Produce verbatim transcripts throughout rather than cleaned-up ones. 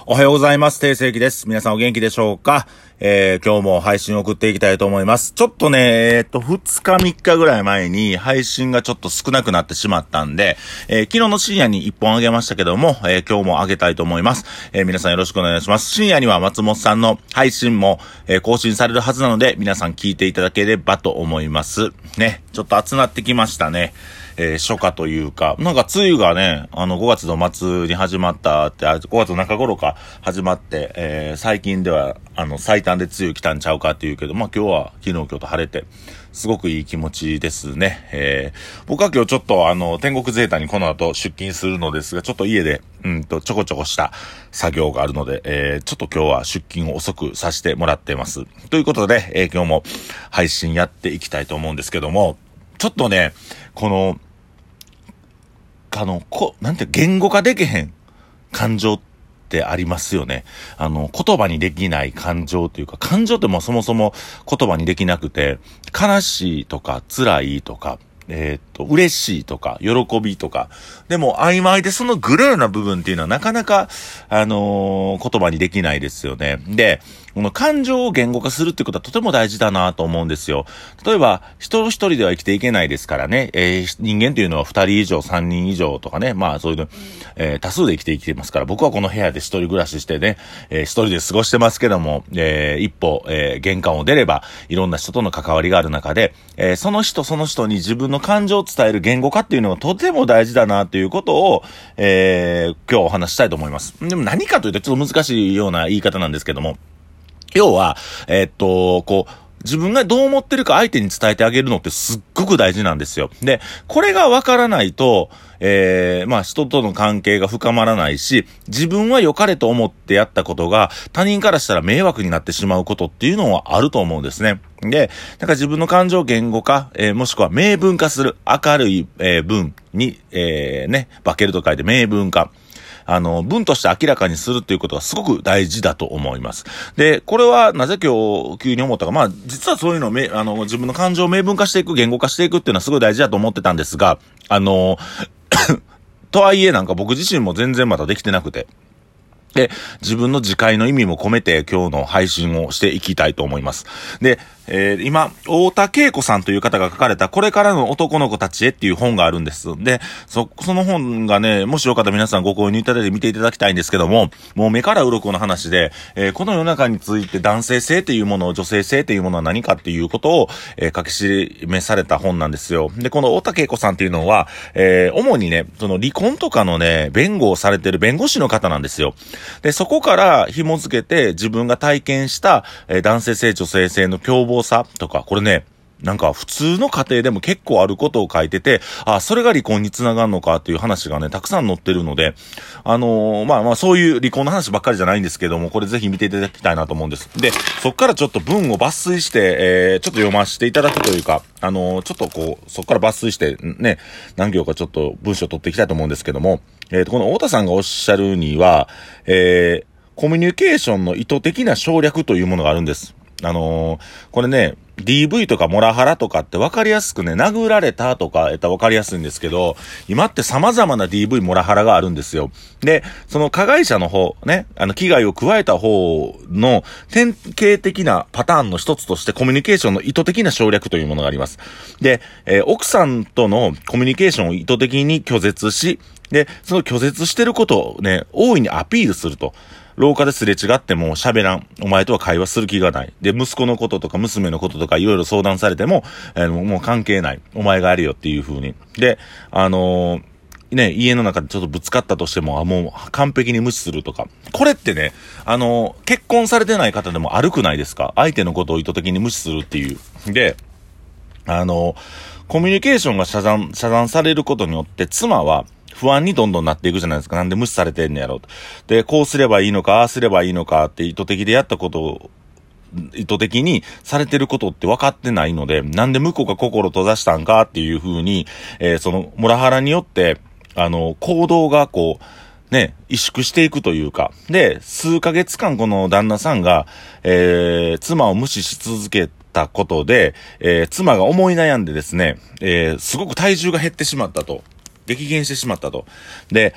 おはようございます。定世紀です。皆さんお元気でしょうか？えー、今日も配信を送っていきたいと思います。ちょっとね、えー、っと、ふつかみっかぐらい前に配信がちょっと少なくなってしまったんで、えー、昨日の深夜にいっぽんあげましたけども、えー、今日もあげたいと思います。えー、皆さんよろしくお願いします。深夜には松本さんの配信も、えー、更新されるはずなので、皆さん聞いていただければと思います。ね、ちょっと暑なってきましたね。えー、初夏というか、なんか梅雨がね、あのごがつの末に始まったって、あごがつの中頃か始まって、えー、最近ではあの最短で梅雨来たんちゃうかっていうけど、まあ今日は昨日今日と晴れて、すごくいい気持ちですね。えー、僕は今日ちょっとあの天国ゼータにこの後出勤するのですが、ちょっと家でうんとちょこちょこした作業があるので、えー、ちょっと今日は出勤を遅くさせてもらってます。ということで、えー、今日も配信やっていきたいと思うんですけども、ちょっとね、このあの、こ、なんて、言語化できへん感情ってありますよね。あの、言葉にできない感情というか、感情ってもうそもそも言葉にできなくて、悲しいとか、辛いとか、えー、っと、嬉しいとか、喜びとか、でも曖昧でそのグレーな部分っていうのはなかなか、あのー、言葉にできないですよね。で、この感情を言語化するってことはとても大事だなと思うんですよ。例えば、人一人では生きていけないですからね、えー、人間というのは二人以上、三人以上とかね、まあそういうの、えー、多数で生きていけますから、僕はこの部屋で一人暮らししてね、えー、一人で過ごしてますけども、えー、一歩、えー、玄関を出れば、いろんな人との関わりがある中で、えー、その人その人に自分の感情を伝える言語化っていうのがとても大事だなということを、えー、今日お話したいと思います。でも何かというとちょっと難しいような言い方なんですけども、要は、えー、っと、こう、自分がどう思ってるか相手に伝えてあげるのってすっごく大事なんですよ。で、これがわからないと、えー、まあ人との関係が深まらないし、自分は良かれと思ってやったことが他人からしたら迷惑になってしまうことっていうのはあると思うんですね。で、だから自分の感情を言語化、えー、もしくは明文化する、明るい、えー、文に、えー、ね、化けると書いて明文化。あの、文として明らかにするっていうことがすごく大事だと思います。で、これはなぜ今日急に思ったか、まあ、実はそういうのをめ、あの、自分の感情を明文化していく、言語化していくっていうのはすごい大事だと思ってたんですが、あの、とはいえなんか僕自身も全然まだできてなくて、で、自分の自戒の意味も込めて今日の配信をしていきたいと思います。で、えー、今、太田恵子さんという方が書かれたこれからの男の子たちへっていう本があるんです。で、そ、その本がね、もしよかったら皆さんご購入いただいて見ていただきたいんですけども、もう目から鱗の話で、えー、この世の中について男性性っていうもの、女性性っていうものは何かっていうことを、えー、書き示された本なんですよ。で、この太田恵子さんっていうのは、えー、主にね、その離婚とかのね、弁護をされてる弁護士の方なんですよ。で、そこから紐付けて自分が体験した、えー、男性性、女性性の凶暴さとか、これね、なんか普通の家庭でも結構あることを書いてて、あ、それが離婚につながるのかっていう話がね、たくさん載ってるので、あのー、まあまあそういう離婚の話ばっかりじゃないんですけども、これぜひ見ていただきたいなと思うんです。で、そっからちょっと文を抜粋して、えー、ちょっと読ませていただくというか、あのー、ちょっとこう、そっから抜粋して、ね、何行かちょっと文章を取っていきたいと思うんですけども、えーと、この太田さんがおっしゃるには、えー、コミュニケーションの意図的な省略というものがあるんです。あのー、これね、ディーブイ とかモラハラとかって分かりやすくね、殴られたとかやったら分かりやすいんですけど、今って様々な ディーブイ モラハラがあるんですよ。で、その加害者の方、ね、あの、危害を加えた方の典型的なパターンの一つとしてコミュニケーションの意図的な省略というものがあります。で、えー、奥さんとのコミュニケーションを意図的に拒絶し、で、その拒絶してることをね、大いにアピールすると。廊下ですれ違っても喋らん。お前とは会話する気がない。で、息子のこととか娘のこととかいろいろ相談されても、えー、もう関係ない。お前があるよっていう風に。で、あのー、ね、家の中でちょっとぶつかったとしても、あ、もう完璧に無視するとか。これってね、あのー、結婚されてない方でも悪くないですか？相手のことを意図的に無視するっていう。で、あのー、コミュニケーションが遮断、遮断されることによって妻は、不安にどんどんなっていくじゃないですか。なんで無視されてんのやろうと。で、こうすればいいのか、ああすればいいのかって意図的でやったことを、意図的にされてることって分かってないので、なんで向こうが心閉ざしたんかっていう風に、えー、その、モラハラによって、あの、行動がこう、ね、萎縮していくというか。で、数ヶ月間この旦那さんが、えー、妻を無視し続けたことで、えー、妻が思い悩んでですね、えー、すごく体重が減ってしまったと。激減してしまったと。で、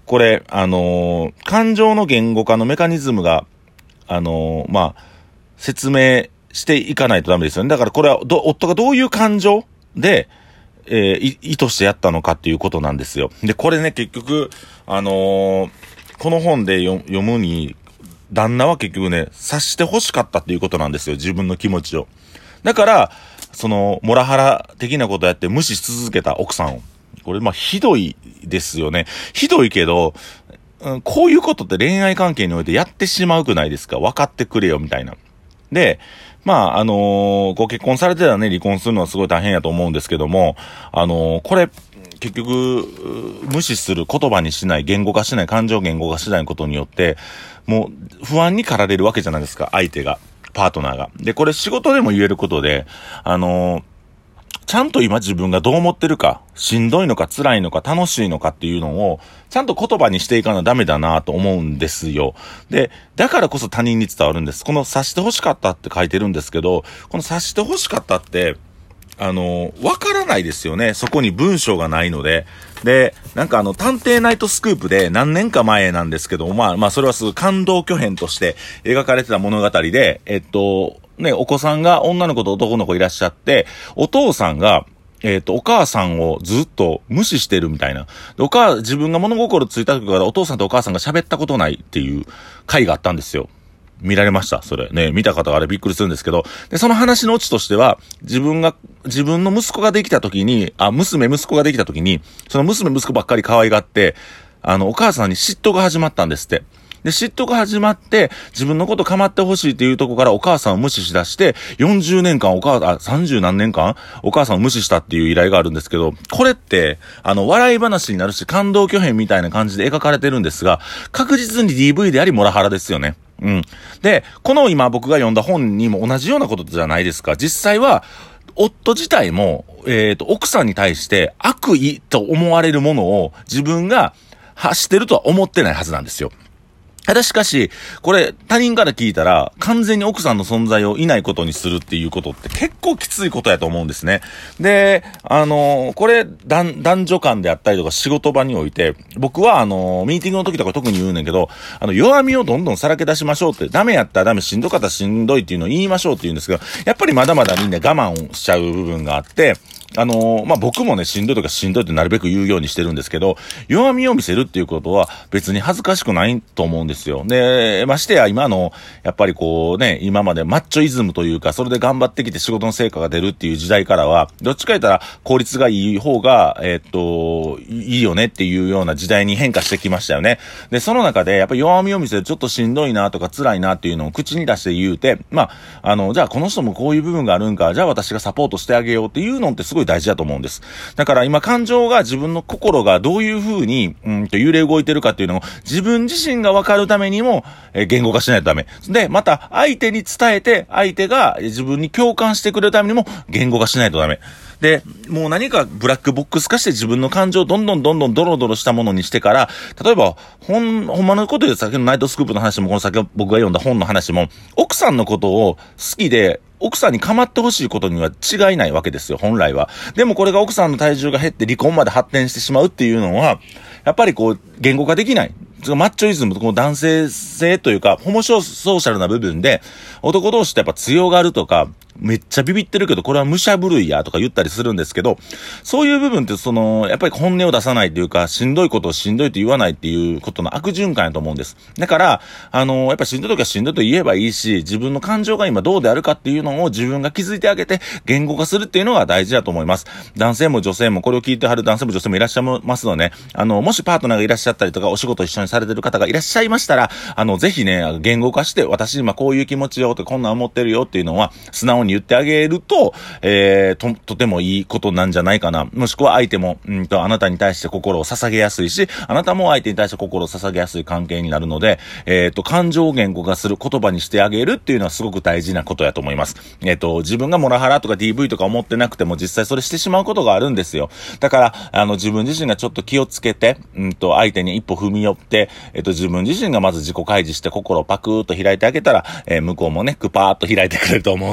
これ、あのー、感情の言語化のメカニズムが、あのー、まあ、説明していかないとダメですよね。だからこれは、ど、夫がどういう感情で、えー、意図してやったのかっていうことなんですよ。で、これね、結局、あのー、この本で読、読むに、旦那は結局ね、察して欲しかったっていうことなんですよ。自分の気持ちを。だから、その、モラハラ的なことやって無視し続けた奥さんを。これ、まあ、ひどいですよね。ひどいけど、うん、こういうことって恋愛関係においてやってしまうくないですか？分かってくれよ、みたいな。で、まあ、あのー、ご結婚されてたらね、離婚するのはすごい大変やと思うんですけども、あのー、これ、結局、無視する、言葉にしない、言語化しない、感情言語化しないことによって、もう、不安に駆られるわけじゃないですか、相手が、パートナーが。で、これ仕事でも言えることで、あのー、ちゃんと今自分がどう思ってるか、しんどいのか辛いのか楽しいのかっていうのを、ちゃんと言葉にしていかなダメだなと思うんですよ。で、だからこそ他人に伝わるんです。この察して欲しかったって書いてるんですけど、この察して欲しかったって、あの、わからないですよね。そこに文章がないので。で、なんかあの、探偵ナイトスクープで何年か前なんですけど、まあまあそれはすごい感動巨編として描かれてた物語で、えっと、ね、お子さんが女の子と男の子いらっしゃって、お父さんが、えっと、お母さんをずっと無視してるみたいな。で、お母、自分が物心ついた時からお父さんとお母さんが喋ったことないっていう回があったんですよ。見られました、それ。ね、見た方があれびっくりするんですけど。で、その話のオチとしては、自分が、自分の息子ができた時に、あ、娘、息子ができた時に、その娘、息子ばっかり可愛がって、あの、お母さんに嫉妬が始まったんですって。で、嫉妬が始まって、自分のこと構ってほしいっていうところからお母さんを無視しだして、よんじゅうねんかんお母さん、あ、さんじゅう何年間お母さんを無視したっていう依頼があるんですけど、これって、あの、笑い話になるし、感動巨編みたいな感じで描かれてるんですが、確実に ディーブイ でありモラハラですよね。うん。で、この今僕が読んだ本にも同じようなことじゃないですか。実際は、夫自体も、えっと、奥さんに対して悪意と思われるものを自分が発してるとは思ってないはずなんですよ。ただしかし、これ、他人から聞いたら、完全に奥さんの存在をいないことにするっていうことって結構きついことやと思うんですね。で、あの、これ、男、男女間であったりとか仕事場において、僕はあの、ミーティングの時とか特に言うねんけど、あの、弱みをどんどんさらけ出しましょうって、ダメやったらダメ、しんどかったらしんどいっていうのを言いましょうって言うんですけど、やっぱりまだまだみんな我慢しちゃう部分があって、あのー、まあ、僕もね、しんどいとかしんどいってなるべく言うようにしてるんですけど、弱みを見せるっていうことは別に恥ずかしくないと思うんですよ。で、ましてや今の、やっぱりこうね、今までマッチョイズムというか、それで頑張ってきて仕事の成果が出るっていう時代からは、どっちか言ったら効率がいい方が、えー、っと、いいよねっていうような時代に変化してきましたよね。で、その中で、やっぱり弱みを見せる、ちょっとしんどいなとか辛いなっていうのを口に出して言うて、まあ、あの、じゃあこの人もこういう部分があるんか、じゃあ私がサポートしてあげようっていうのってすごい大事だと思うんです。だから今感情が自分の心がどういう風に、うんと揺れ動いてるかっていうのを自分自身が分かるためにも、えー、言語化しないとダメ。で、また相手に伝えて相手が自分に共感してくれるためにも言語化しないとダメ。で、もう何かブラックボックス化して自分の感情をどんどんどんどんドロドロしたものにしてから、例えば、ほん、ほんまのことで先のナイトスクープの話も、この先僕が読んだ本の話も、奥さんのことを好きで、奥さんに構ってほしいことには違いないわけですよ、本来は。でもこれが奥さんの体重が減って離婚まで発展してしまうっていうのは、やっぱりこう、言語化できない。マッチョイズムとこの男性性というか、ホモソーシャルな部分で、男同士ってやっぱ強がるとか、めっちゃビビってるけど、これは武者震いやとか言ったりするんですけど、そういう部分ってその、やっぱり本音を出さないというか、しんどいことをしんどいと言わないっていうことの悪循環やと思うんです。だから、あの、やっぱしんどい時はしんどいと言えばいいし、自分の感情が今どうであるかっていうのを自分が気づいてあげて、言語化するっていうのが大事だと思います。男性も女性も、これを聞いてはる男性も女性もいらっしゃいますので、あの、もしパートナーがいらっしゃったりとか、お仕事一緒にされてる方がいらっしゃいましたら、あの、ぜひね、言語化して、私今こういう気持ちよって、こんなん思ってるよっていうのは、素直に言ってあげると、えー、と、とてもいいことなんじゃないかな。もしくは相手も、うんと、あなたに対して心を捧げやすいし、あなたも相手に対して心を捧げやすい関係になるので、えっと、感情を言語化する言葉にしてあげるっていうのはすごく大事なことやと思います。えっと、自分がモラハラとか ディーブイ とか思ってなくても実際それしてしまうことがあるんですよ。だから、あの、自分自身がちょっと気をつけて、うんと、相手に一歩踏み寄って、えっと、自分自身がまず自己開示して心をパクーっと開いてあげたら、えー、向こうもね、クパーっと開いてくれると思うので、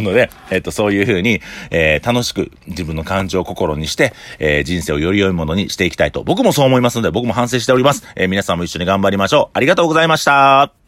えっと、そういう風に、えー、楽しく自分の感情を心にして、えー、人生をより良いものにしていきたいと。僕もそう思いますので、僕も反省しております。えー、皆さんも一緒に頑張りましょう。ありがとうございました。